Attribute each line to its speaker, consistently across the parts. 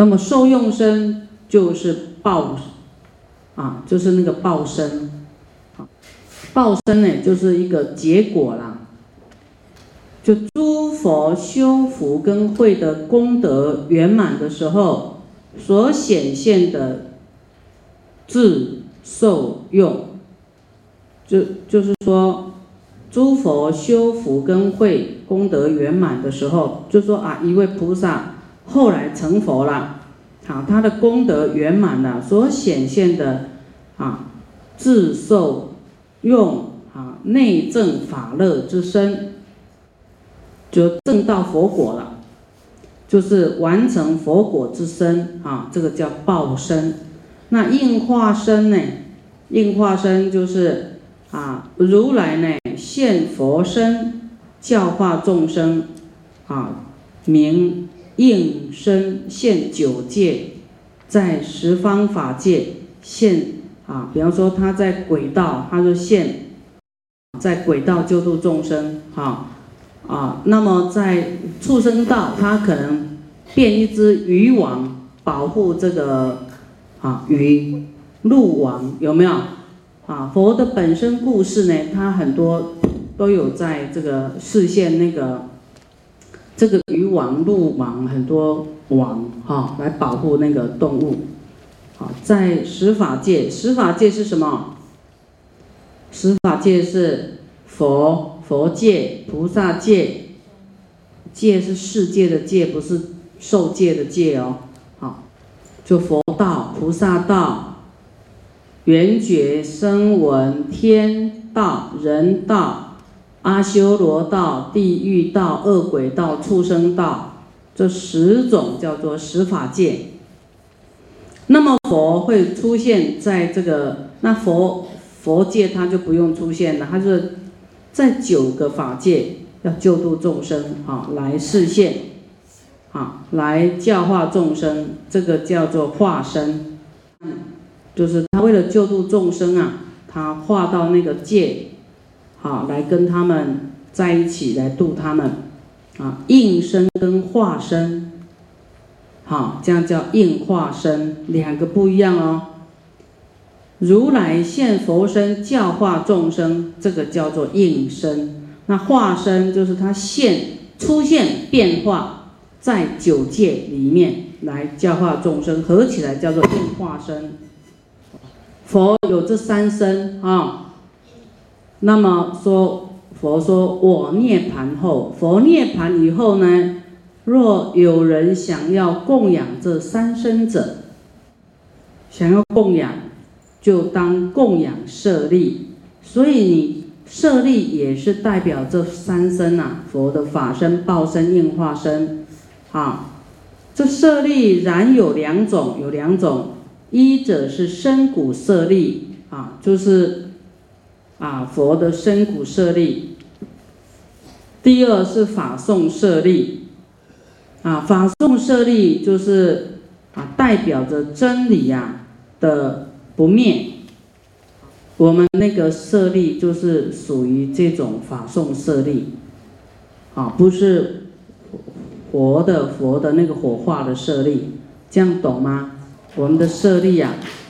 Speaker 1: 那么受用身就是报就是那个报身，报身呢就是一个结果啦。就诸佛修福跟慧的功德圆满的时候，所显现的智受用，就是说，诸佛修福跟慧功德圆满的时候，就说一位菩萨后来成佛了，他的功德圆满了，所显现的智受用内证法乐之身，就证到佛果了，就是完成佛果之身这个叫报身。那应化身呢？应化身就是如来呢现佛身，教化众生名应身现九界，在十方法界现比方说他在轨道，他就现在轨道救度众生那么在畜生道，他可能变一只渔网保护这个鱼，鹿王有没有佛的本身故事呢，他很多都有在这个示现那个这个渔网、鹿网很多网来保护那个动物。在十法界，十法界是什么？十法界是佛界、菩萨界，界是世界的界，不是受戒的戒哦。就佛道、菩萨道、缘觉、声闻、天道、人道、阿修罗道、地狱道、恶鬼道、畜生道，这10种叫做十法界。那么佛会出现在这个，那佛界他就不用出现了，他就是在9个法界要救度众生来示现来教化众生，这个叫做化身，就是他为了救度众生他化到那个界来跟他们在一起，来度他们应身跟化身这样叫应化身，两个不一样哦。如来现佛身教化众生，这个叫做应身。那化身就是他出现变化在9界里面来教化众生，合起来叫做应化身。佛有这3身那么佛说我涅盘后，佛涅盘以后呢，若有人想要供养这3身者，想要供养就当供养舍利，所以你舍利也是代表这3身佛的法身、报身、应化身这舍利然有2种，一者是身骨舍利就是佛的身骨舍利。第二是法颂舍利法颂舍利就是代表着真理的不灭。我们那个舍利就是属于这种法颂舍利不是佛的那个火化的舍利，这样懂吗？我们的舍利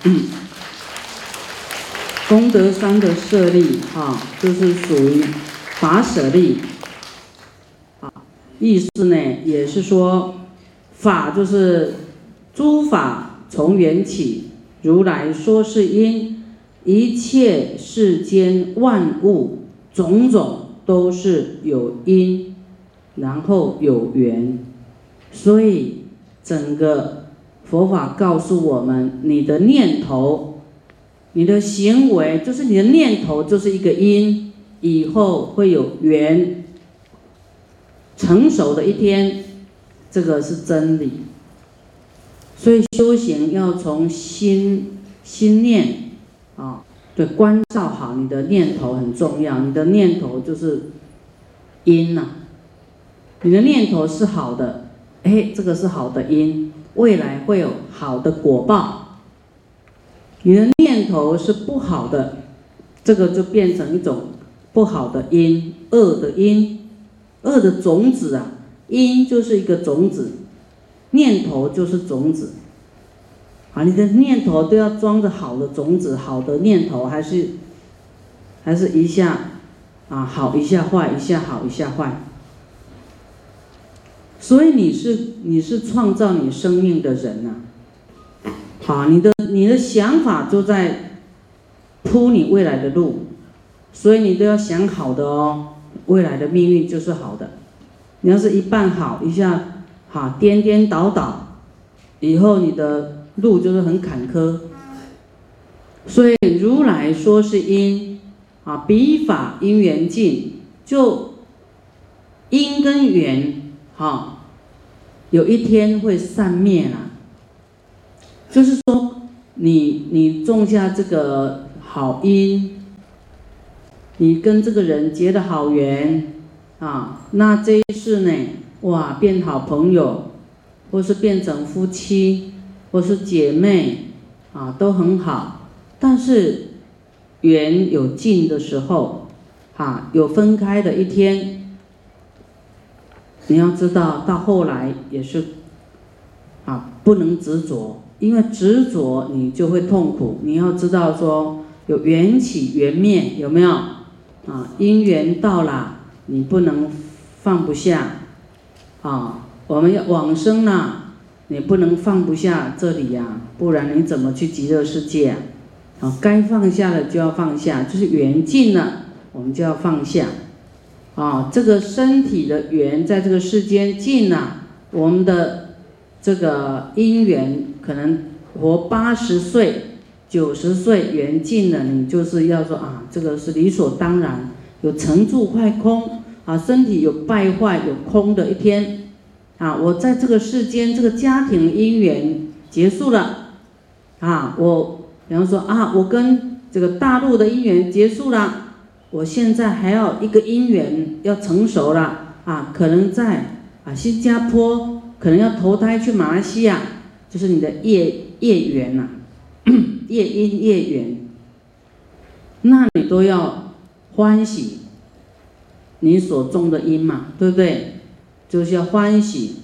Speaker 1: 功德山的舍利就是属于法舍利意思呢也是说，法就是诸法从缘起，如来说是因，一切世间万物种种都是有因，然后有缘，所以整个佛法告诉我们，你的念头、你的行为，就是你的念头就是一个因，以后会有缘，成熟的一天，这个是真理。所以修行要从心念对，关照好你的念头很重要。你的念头就是因你的念头是好的，这个是好的因，未来会有好的果报。你的念头是不好的，这个就变成一种不好的因，恶的因，恶的种子因就是一个种子念头就是种子，啊，你的念头都要装着好的种子，好的念头，还是一下啊好一下坏，一下好一下坏。所以你是创造你生命的人呐，好，你的想法就在铺你未来的路，所以你都要想好的哦，未来的命运就是好的。你要是一半好，一下哈颠颠倒倒，以后你的路就是很坎坷。所以如来说是因啊，彼法因缘尽，就因跟缘哈，有一天会散灭啦。就是说你种下这个好因，你跟这个人结的好缘啊，那这一世呢，哇，变好朋友，或是变成夫妻，或是姐妹啊，都很好。但是缘有尽的时候，啊，有分开的一天。你要知道，到后来也是啊，不能执着，因为执着你就会痛苦。你要知道说，有缘起缘灭，有没有？啊，因缘到了，你不能放不下。啊，我们要往生了，你不能放不下这里呀，不然你怎么去极乐世界啊？啊，该放下的就要放下，就是缘尽了，我们就要放下。啊，这个身体的缘在这个世间尽了，我们的这个因缘可能活80岁、90岁，缘尽了，你就是要说啊，这个是理所当然，有成住坏空啊，身体有败坏、有空的一天啊。我在这个世间，这个家庭因缘结束了啊，比方说啊，我跟这个大陆的因缘结束了，我现在还要一个因缘要成熟了啊，可能在啊新加坡，可能要投胎去马来西亚，就是你的业缘呐，业因业缘，那你都要欢喜你所种的因嘛，对不对？就是要欢喜，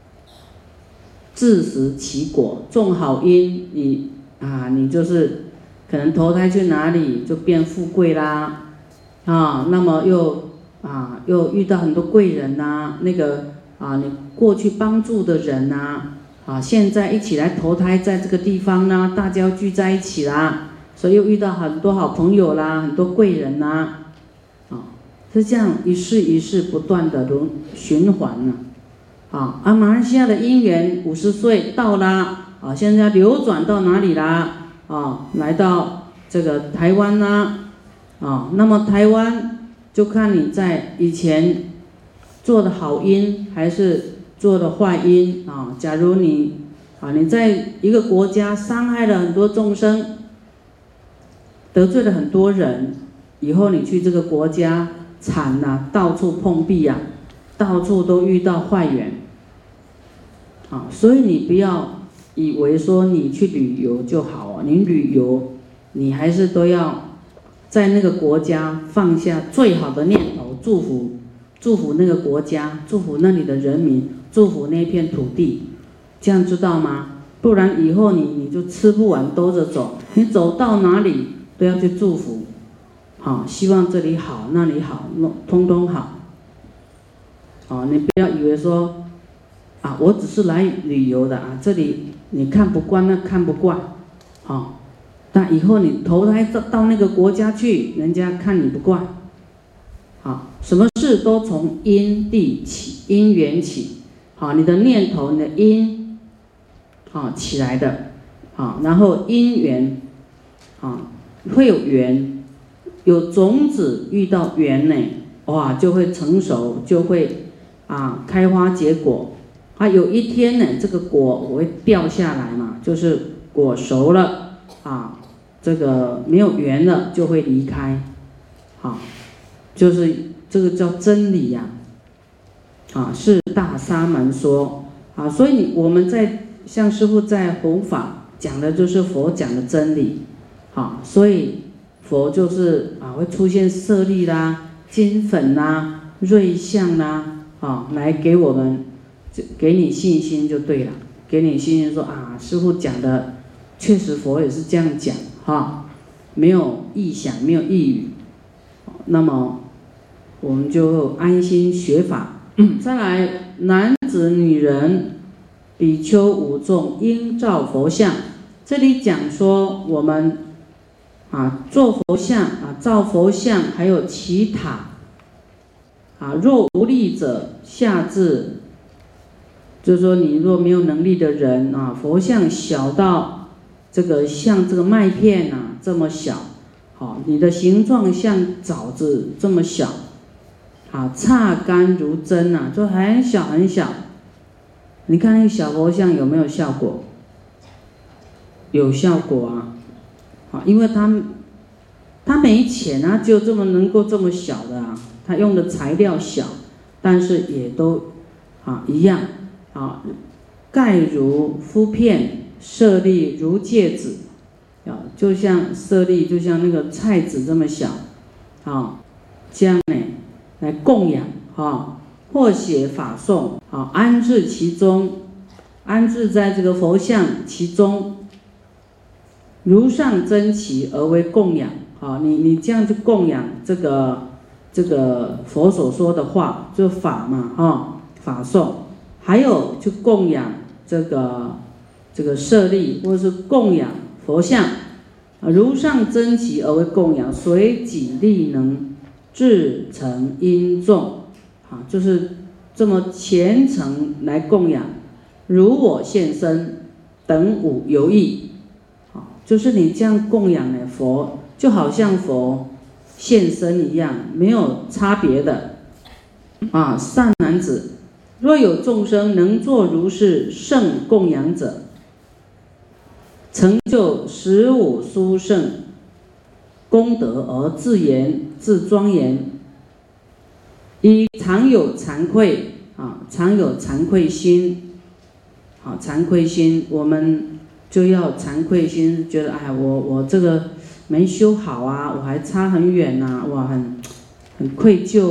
Speaker 1: 自食其果，种好因，你就是可能投胎去哪里就变富贵啦，啊，那么又遇到很多贵人呐，那个啊你过去帮助的人呐，啊现在一起来投胎在这个地方呢，大家聚在一起啦，所以又遇到很多好朋友啦，很多贵人呐，啊是这样一世一世不断的循环呢，啊马来西亚的因缘50岁到啦，啊现在流转到哪里啦？啊来到这个台湾啦，啊那么台湾就看你在以前做的好因还是做的坏因啊。假如你在一个国家伤害了很多众生，得罪了很多人，以后你去这个国家惨呐，到处碰壁啊，到处都遇到坏缘啊。所以你不要以为说你去旅游就好啊，你旅游你还是都要在那个国家放下最好的念头，祝福那个国家，祝福那里的人民，祝福那片土地，这样知道吗？不然以后你就吃不完兜着走，你走到哪里都要去祝福，好，希望这里好那里好，通通好。你不要以为说啊，我只是来旅游的啊，这里你看不惯那看不惯，那以后你投胎到那个国家去，人家看你不惯，好，什么事都从因地起，因缘起，好，你的念头，你的因，好起来的，好，然后因缘，会有缘，有种子遇到缘呢，哇，就会成熟，就会开花结果，有一天呢，这个果我会掉下来嘛，就是果熟了这个没有缘了就会离开，就是这个叫真理呀，是大沙门说，所以我们在像师父在弘法讲的就是佛讲的真理，所以佛就是会出现舍利啦、金粉啦、瑞相啦，来给我们给你信心就对了。 给你信心说啊，师父讲的确实佛也是这样讲哈，没有异想，没有异语，那么我们就安心学法。再来，男子女人比丘五众应造佛像，这里讲说我们做佛像造佛像，还有其塔若无力者下至，就是说你若没有能力的人佛像小到这个像这个麦片这么小，你的形状像枣子这么小，擦干如针就很小很小。你看那个小佛像有没有效果？有效果因为他没钱就这么能够这么小的他用的材料小，但是也都一样盖如敷片，舍利如芥子，就像舍利就像那个菜籽这么小，这样呢来供养或写法诵安置其中，安置在这个佛像其中，如上珍奇而为供养你这样去供养这个佛所说的话，就法嘛法诵，还有去供养这个舍利，或者是供养佛像如上珍奇而为供养，随己力能至诚殷重就是这么虔诚来供养，如我现身等无有异就是你这样供养的佛，就好像佛现身一样，没有差别的善男子，若有众生能作如是圣供养者，成就15殊胜功德而自言自庄严，以常有惭愧常有惭愧心惭愧心，我们就要惭愧心，觉得我这个没修好我还差很远我很愧疚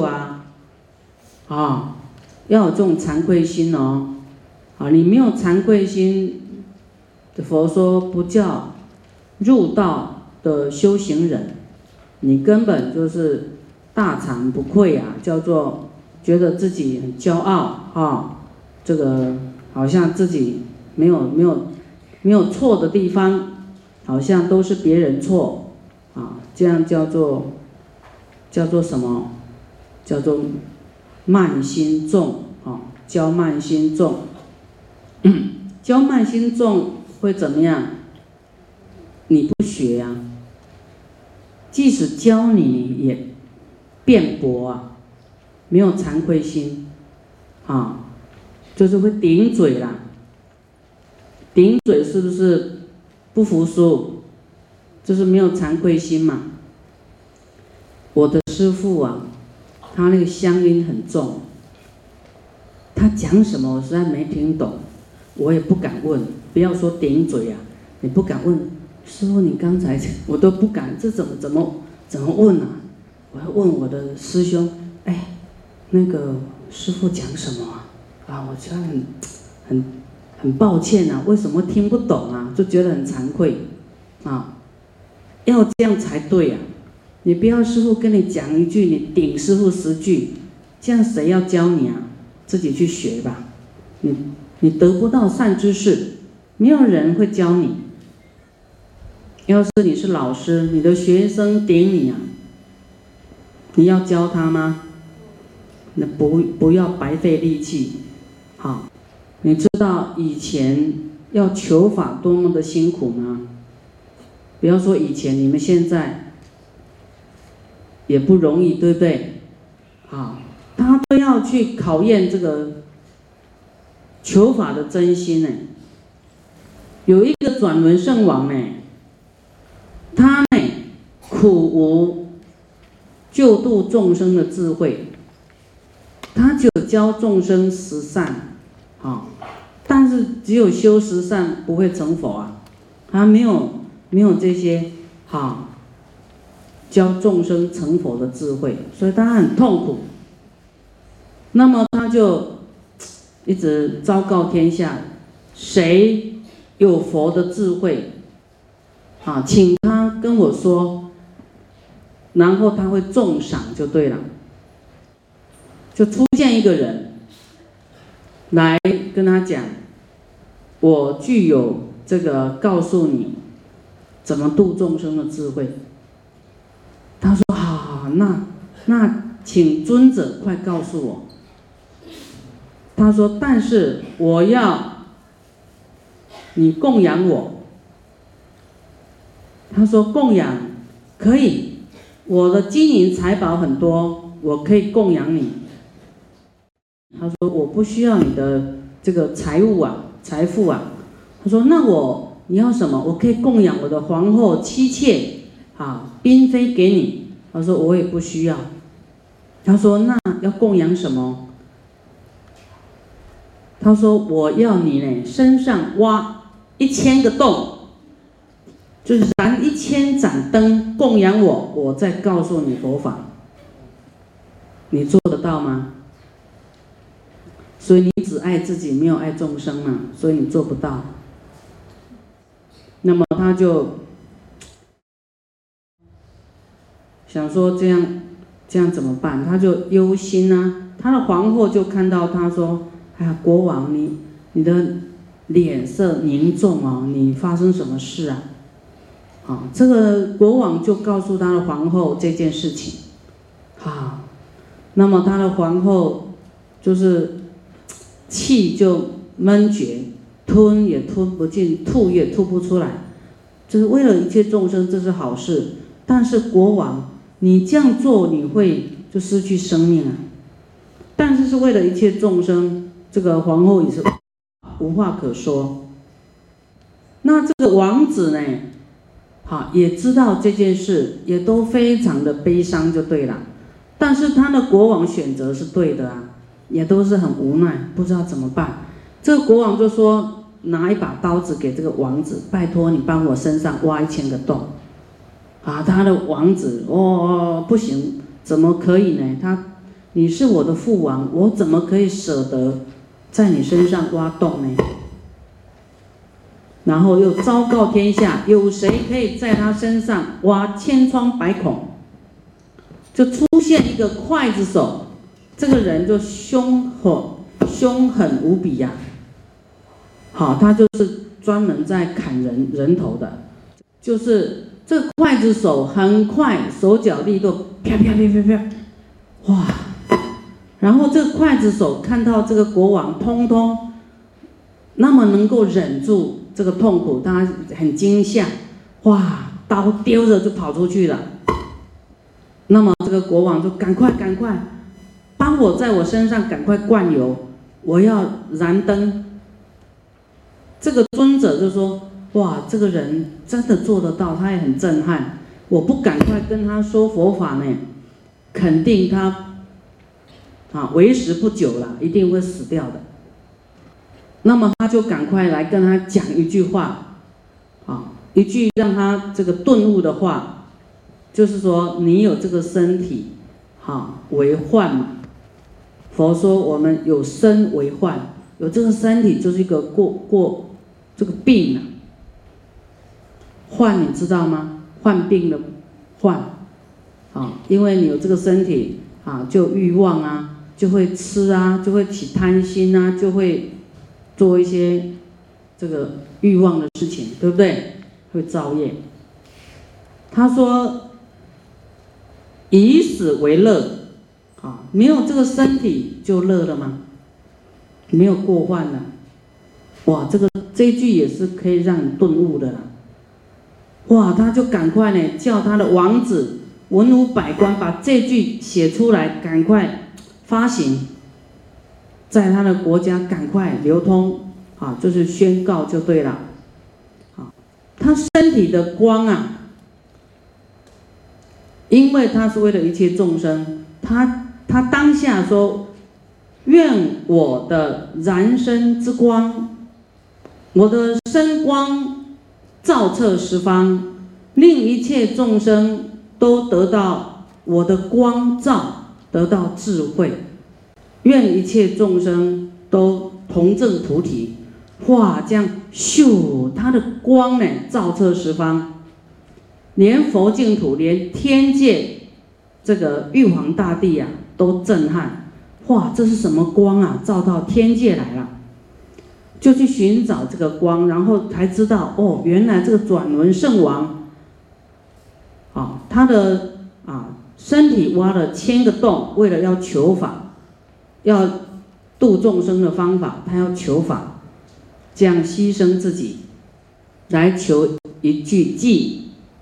Speaker 1: 要有这种惭愧心你没有惭愧心，佛说不叫入道的修行人，你根本就是大惭不愧叫做觉得自己很骄傲这个好像自己没有错的地方，好像都是别人错这样叫做什么？叫做慢心重骄慢心重骄慢心重会怎么样？你不学即使教你也辩驳没有惭愧心就是会顶嘴啦。顶嘴是不是不服输？就是没有惭愧心嘛。我的师父他那个乡音很重，他讲什么我实在没听懂，我也不敢问，不要说顶嘴你不敢问师父，你刚才我都不敢，这怎么问我要问我的师兄，那个师父讲什么我觉得很抱歉为什么听不懂就觉得很惭愧要这样才对你不要师父跟你讲一句，你顶师父10句，这样谁要教你自己去学吧。你得不到善知识，没有人会教你。要是你是老师，你的学生顶你你要教他吗？那不要白费力气。你知道以前要求法多么的辛苦吗？不要说以前，你们现在也不容易，对不对？他都要去考验这个求法的真心有一个转轮圣王他苦无救度众生的智慧，他只有教众生十善但是只有修十善不会成佛他没有这些教众生成佛的智慧，所以他很痛苦。那么他就一直昭告天下， 谁有佛的智慧啊，请他跟我说，然后他会重赏就对了。就出现一个人来跟他讲，我具有这个告诉你怎么度众生的智慧。他说好，那请尊者快告诉我。他说但是我要你供养我。他说供养可以，我的金银财宝很多，我可以供养你。他说我不需要你的这个财富啊。他说那你要什么？我可以供养我的皇后妻妾啊，嫔妃给你。他说我也不需要。他说那要供养什么？他说我要你呢身上挖1000个洞，就是燃1000盏灯供养我，我再告诉你佛法。你做得到吗？所以你只爱自己，没有爱众生嘛，所以你做不到。那么他就想说这样怎么办？他就忧心啊。他的皇后就看到他说：“哎呀，国王，你的脸色凝重哦，你发生什么事啊？”啊，这个国王就告诉他的皇后这件事情。好，那么他的皇后就是气就闷绝，吞也吞不进，吐也吐不出来。就是为了一切众生，这是好事。但是国王，你这样做，你会就失去生命啊。但是是为了一切众生，这个皇后也是无话可说。那这个王子呢，好也知道这件事，也都非常的悲伤就对了。但是他的国王选择是对的啊，也都是很无奈，不知道怎么办。这个国王就说，拿一把刀子给这个王子，拜托你帮我身上挖1000个洞。啊，他的王子不行，怎么可以呢？你是我的父王，我怎么可以舍得在你身上挖洞呢？然后又昭告天下，有谁可以在他身上挖千疮百孔？就出现一个刽子手，这个人就凶狠无比呀。好，他就是专门在砍人头的，就是这个刽子手很快，手脚利落，啪啪啪啪啪，哇！然后这个刽子手看到这个国王通通那么能够忍住这个痛苦，他很惊吓，哇！刀丢着就跑出去了。那么这个国王就赶快，帮我在我身上赶快灌油，我要燃灯。这个尊者就说：哇，这个人真的做得到，他也很震撼。我不赶快跟他说佛法呢，肯定他为时不久了，一定会死掉的。那么他就赶快来跟他讲一句话，一句让他这个顿悟的话，就是说你有这个身体，为患嘛。佛说我们有身为患，有这个身体就是一个过这个病啊。患你知道吗？患病的患，因为你有这个身体就欲望啊，就会吃啊，就会起贪心啊，就会做一些这个欲望的事情，对不对？会造业。他说以死为乐，没有这个身体就乐了吗？没有过患了。哇，这一句也是可以让你顿悟的啦。哇，他就赶快呢叫他的王子文武百官把这句写出来，赶快发行，在他的国家赶快流通，就是宣告就对了。他身体的光啊，因为他是为了一切众生，他当下说，愿我的燃身之光，我的身光照彻十方，令一切众生都得到我的光照，得到智慧。愿一切众生都同证菩提。 哇，这样咻，它的光呢照彻十方，连佛净土，连天界这个玉皇大帝啊都震撼。哇，这是什么光啊？照到天界来了，就去寻找这个光，然后才知道哦，原来这个转轮圣王，他的身体挖了1000个洞，为了要求法，要度众生的方法，他要求法，这样牺牲自己，来求一句偈。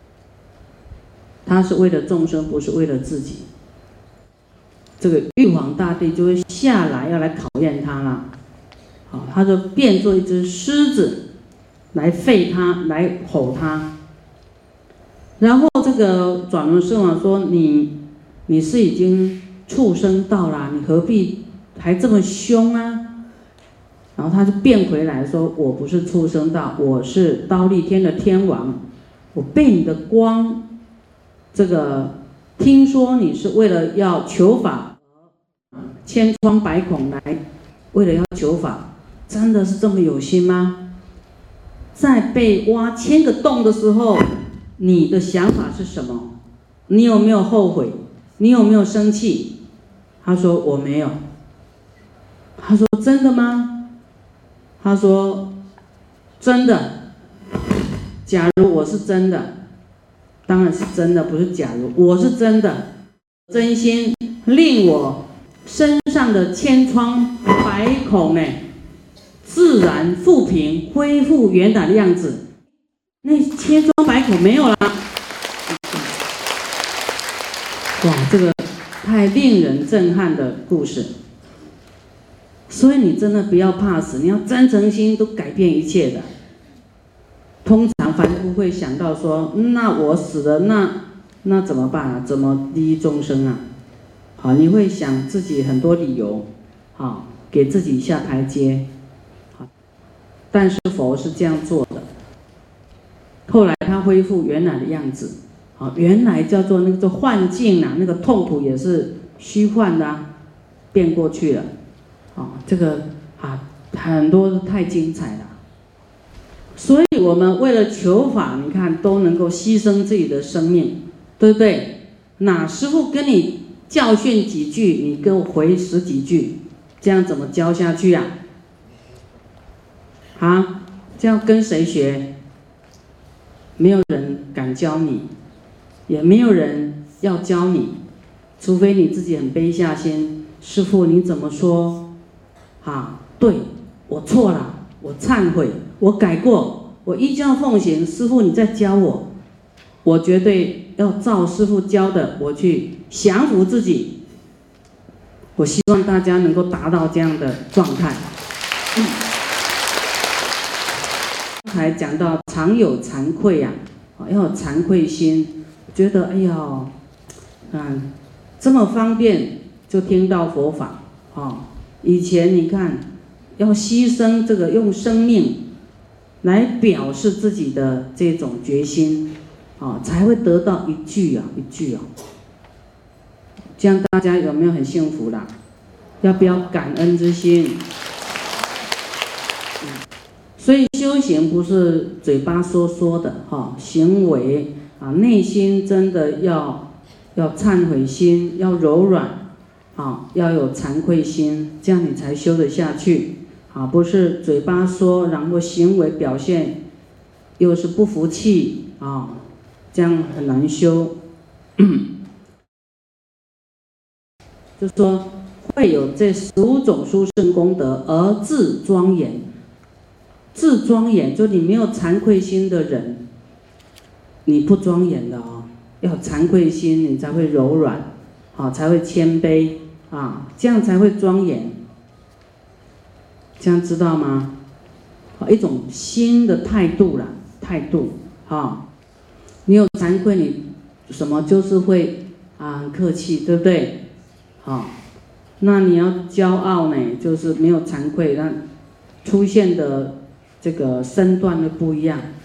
Speaker 1: 他是为了众生，不是为了自己。这个玉皇大帝就会下来要来考验他了，他就变作一只狮子来吠他，来吼他。然后这个转轮圣王说：“你是已经畜生道啦，你何必还这么凶啊？”然后他就变回来说：“我不是畜生道，我是忉利天的天王，我被你的光，这个听说你是为了要求法。”千疮百孔来，为了要求法，真的是这么有心吗？在被挖1000个洞的时候，你的想法是什么？你有没有后悔？你有没有生气？他说我没有。他说真的吗？他说真的。假如我是真的，当然是真的，不是假如，我是真的，真心令我身上的千疮百孔呢，自然复平，恢复原来的样子。那千疮百孔没有了。哇，这个太令人震撼的故事。所以你真的不要怕死，你要真诚心，都改变一切的。通常凡夫会想到说，那我死了，那怎么办啊？怎么利益众生啊？你会想自己很多理由，给自己下台阶，但是佛是这样做的。后来他恢复原来的样子，原来叫做那个幻境啊，那个痛苦也是虚幻的变过去了，这个很多太精彩了。所以我们为了求法，你看都能够牺牲自己的生命，对不对？哪师父跟你教训几句，你给我回10几句，这样怎么教下去呀？这样跟谁学？没有人敢教你，也没有人要教你，除非你自己很悲下心。师父你怎么说？对，我错了，我忏悔，我改过，我依教奉行。师父你再教我，我绝对要照师父教的，我去降服自己。我希望大家能够达到这样的状态。刚才讲到常有惭愧要有惭愧心，觉得这么方便就听到佛法以前你看要牺牲这个用生命来表示自己的这种决心才会得到一句这样大家有没有很幸福啦？要不要感恩之心？所以修行不是嘴巴说的行为内心真的要忏悔心，要柔软要有惭愧心，这样你才修得下去不是嘴巴说，然后行为表现又是不服气这样很难修。就是说会有这15种殊胜功德而自庄严。自庄严就你没有惭愧心的人，你不庄严的要惭愧心，你才会柔软才会谦卑这样才会庄严。这样知道吗？一种心的态度啦，态度你有惭愧，你什么就是会很客气，对不对？那你要骄傲呢，就是没有惭愧，那出现的这个身段都不一样。